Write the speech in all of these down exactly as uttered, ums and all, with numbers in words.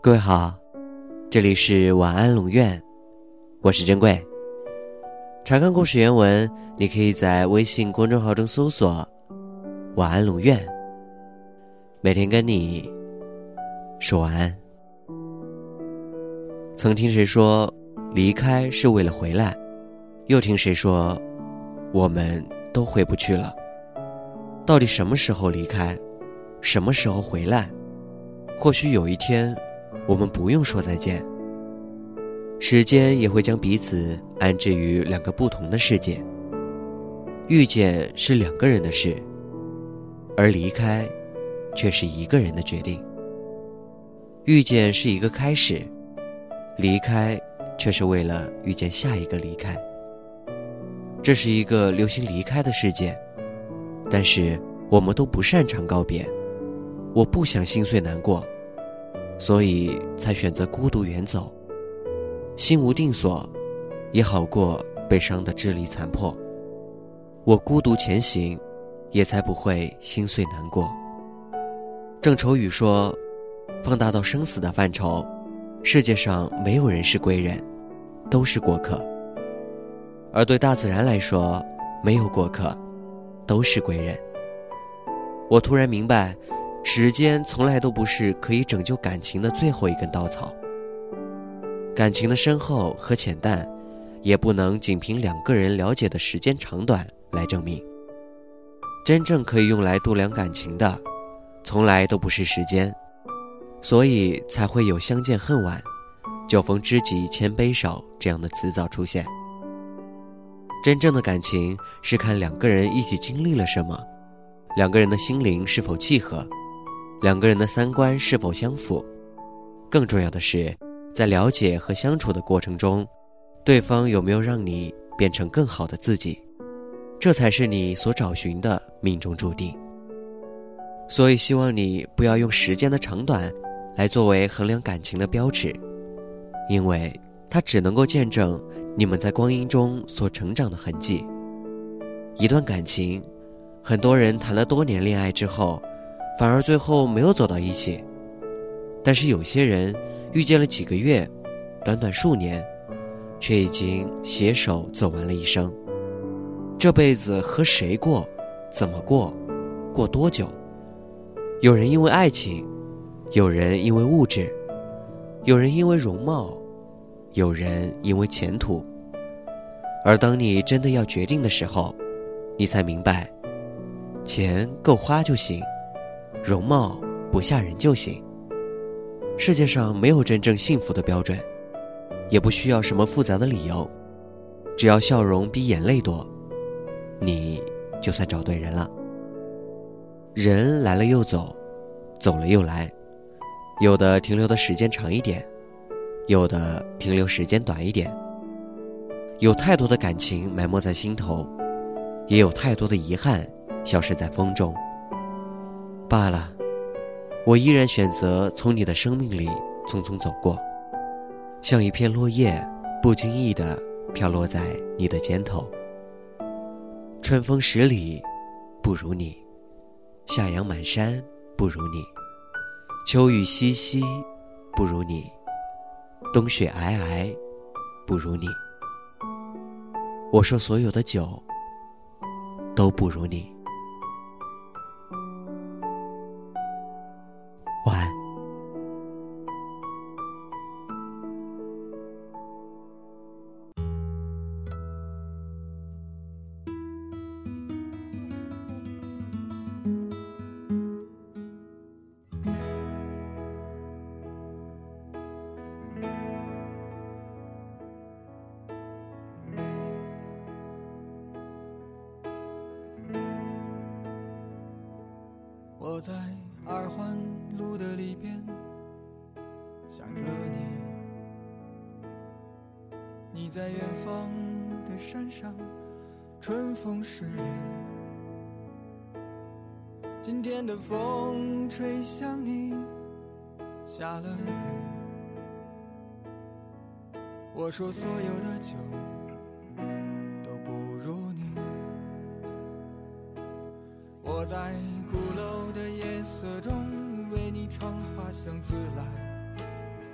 各位好，这里是晚安龙院，我是珍贵。查看故事原文，你可以在微信公众号中搜索晚安龙院，每天跟你说晚安。曾听谁说离开是为了回来，又听谁说我们都回不去了。到底什么时候离开，什么时候回来？或许有一天我们不用说再见，时间也会将彼此安置于两个不同的世界。遇见是两个人的事，而离开却是一个人的决定。遇见是一个开始，离开却是为了遇见下一个离开。这是一个流行离开的世界，但是我们都不擅长告别。我不想心碎难过，所以才选择孤独远走。心无定所，也好过被伤得支离残破。我孤独前行，也才不会心碎难过。郑愁予说，放大到生死的范畴，世界上没有人是归人，都是过客。而对大自然来说，没有过客，都是归人。我突然明白，时间从来都不是可以拯救感情的最后一根稻草。感情的深厚和浅淡，也不能仅凭两个人了解的时间长短来证明。真正可以用来度量感情的，从来都不是时间，所以才会有相见恨晚、酒逢知己千杯少这样的词藻出现。真正的感情是看两个人一起经历了什么，两个人的心灵是否契合，两个人的三观是否相符。更重要的是，在了解和相处的过程中，对方有没有让你变成更好的自己，这才是你所找寻的命中注定。所以希望你不要用时间的长短来作为衡量感情的标尺，因为它只能够见证你们在光阴中所成长的痕迹。一段感情，很多人谈了多年恋爱之后，反而最后没有走到一起。但是有些人遇见了几个月，短短数年，却已经携手走完了一生。这辈子和谁过，怎么过，过多久？有人因为爱情，有人因为物质，有人因为容貌，有人因为前途。而当你真的要决定的时候，你才明白，钱够花就行，容貌不吓人就行。世界上没有真正幸福的标准，也不需要什么复杂的理由，只要笑容比眼泪多，你就算找对人了。人来了又走，走了又来，有的停留的时间长一点，有的停留时间短一点。有太多的感情埋没在心头，也有太多的遗憾消失在风中。罢了，我依然选择从你的生命里匆匆走过，像一片落叶不经意地飘落在你的肩头。春风十里不如你，夏阳满山不如你，秋雨淅淅不如你，冬雪皑皑不如你。我说所有的酒都不如你。晚安。 我在二环路的里边想着你，你在远方的山上，春风十里。今天的风吹向你，下了雨。我说所有的酒都不如你。我在鼓楼的夜色中为你唱花香自来，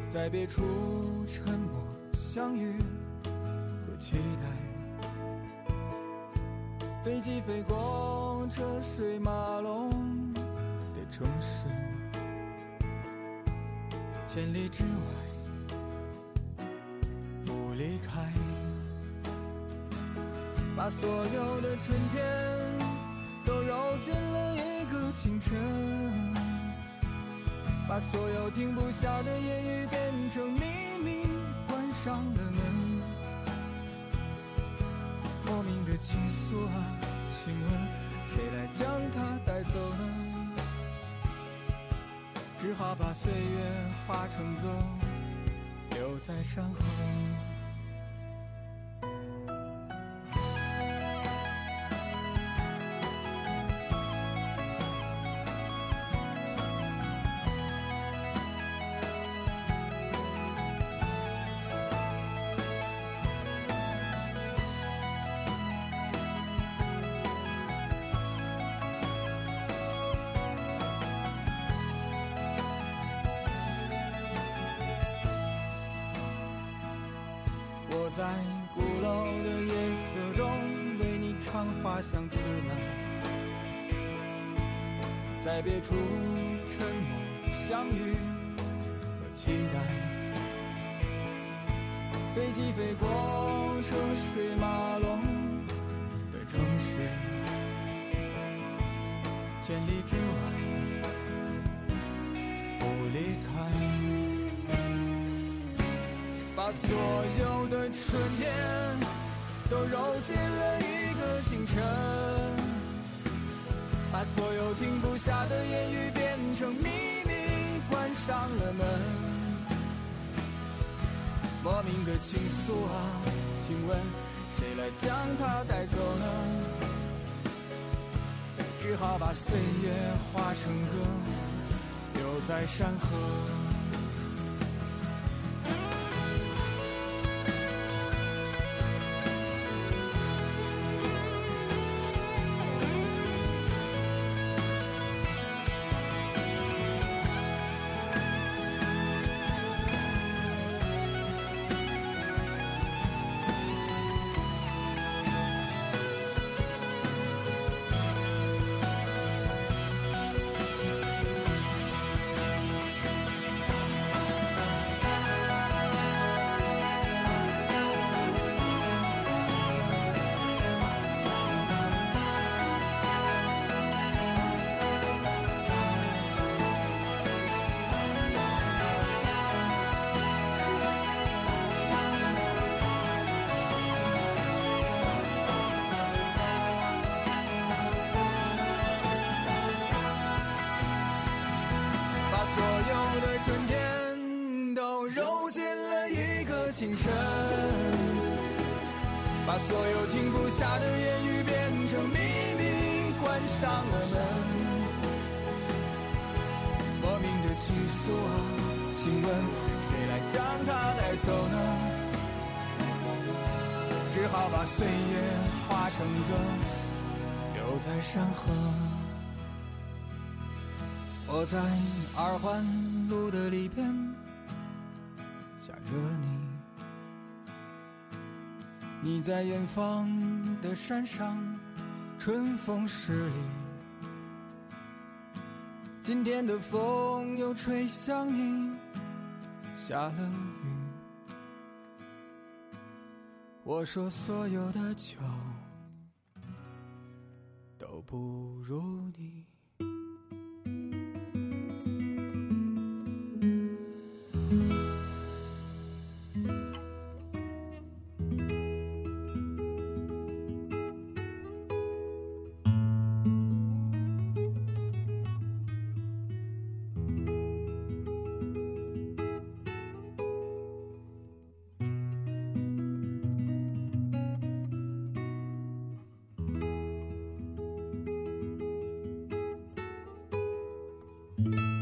在别处沉默相遇和期待，飞机飞过车水马龙的城市，千里之外不离开，把所有的春天都揉进了一个清晨，把所有停不下的言语变成秘密，关上了门。莫名的情愫啊，请问谁来将它带走呢？只好把岁月化成歌，留在山河。我在鼓楼的夜色中为你唱花香自来，在别处沉默相遇和期待，飞机飞过车水马龙的城市，千里之外不离开，把所有的春天都揉进了一个清晨，把所有停不下的言语变成秘密，关上了门。莫名的情愫啊，请问谁来将它带走呢？只好把岁月化成歌，留在山河。春天都揉进了一个清晨，把所有停不下的言语变成秘密，关上了门。莫名的情愫啊，请问谁来将它带走呢？只好把岁月化成歌，留在山河。我在二环路的里边想着你，你在远方的山上，春风十里。今天的风又吹向你，下了雨。我说所有的酒都不如你。 you